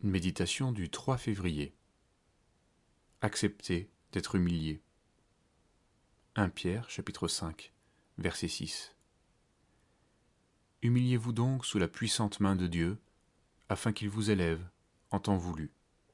Une méditation du 3 février. Accepter d'être humilié. 1 Pierre, chapitre 5, verset 6. Humiliez-vous donc sous la puissante main de Dieu, afin qu'il vous élève en temps voulu.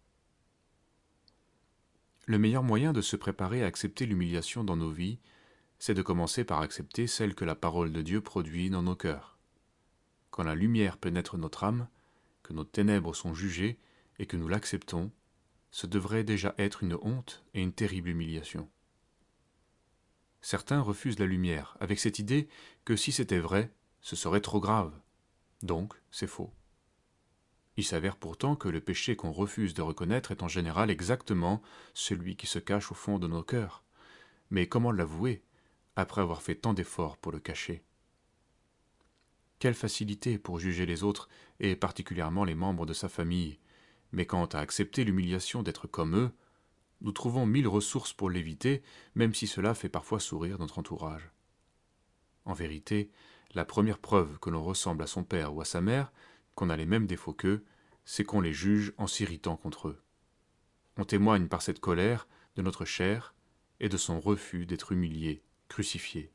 Le meilleur moyen de se préparer à accepter l'humiliation dans nos vies, c'est de commencer par accepter celle que la parole de Dieu produit dans nos cœurs. Quand la lumière pénètre notre âme, que nos ténèbres sont jugées et que nous l'acceptons, ce devrait déjà être une honte et une terrible humiliation. Certains refusent la lumière, avec cette idée que si c'était vrai, ce serait trop grave. Donc, c'est faux. Il s'avère pourtant que le péché qu'on refuse de reconnaître est en général exactement celui qui se cache au fond de nos cœurs. Mais comment l'avouer, après avoir fait tant d'efforts pour le cacher? Quelle facilité pour juger les autres, et particulièrement les membres de sa famille. Mais quant à accepter l'humiliation d'être comme eux, nous trouvons 1000 ressources pour l'éviter, même si cela fait parfois sourire notre entourage. En vérité, la première preuve que l'on ressemble à son père ou à sa mère, qu'on a les mêmes défauts qu'eux, c'est qu'on les juge en s'irritant contre eux. On témoigne par cette colère de notre chair et de son refus d'être humilié, crucifié.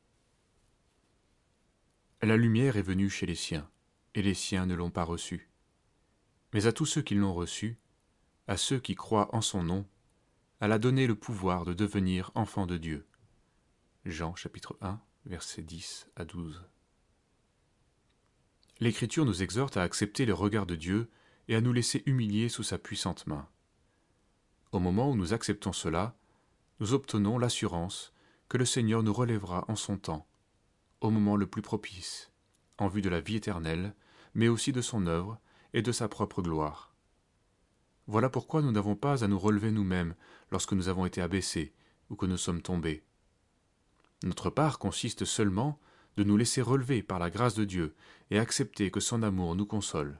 La lumière est venue chez les siens, et les siens ne l'ont pas reçue. Mais à tous ceux qui l'ont reçue, à ceux qui croient en son nom, elle a donné le pouvoir de devenir enfants de Dieu. Jean chapitre 1, versets 10 à 12. L'Écriture nous exhorte à accepter le regard de Dieu et à nous laisser humilier sous sa puissante main. Au moment où nous acceptons cela, nous obtenons l'assurance que le Seigneur nous relèvera en son temps, au moment le plus propice, en vue de la vie éternelle, mais aussi de son œuvre et de sa propre gloire. Voilà pourquoi nous n'avons pas à nous relever nous-mêmes lorsque nous avons été abaissés ou que nous sommes tombés. Notre part consiste seulement de nous laisser relever par la grâce de Dieu et accepter que son amour nous console.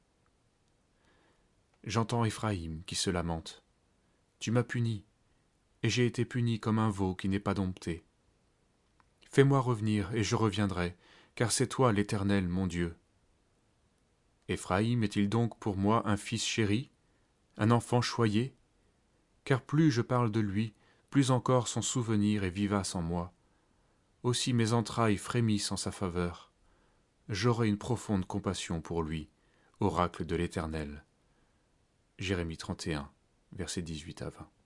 J'entends Éphraïm qui se lamente. Tu m'as puni, et j'ai été puni comme un veau qui n'est pas dompté. Fais-moi revenir, et je reviendrai, car c'est toi l'Éternel, mon Dieu. Éphraïm est-il donc pour moi un fils chéri, un enfant choyé? Car plus je parle de lui, plus encore son souvenir est vivace en moi. Aussi mes entrailles frémissent en sa faveur. J'aurai une profonde compassion pour lui, oracle de l'Éternel. Jérémie 31, versets 18 à 20.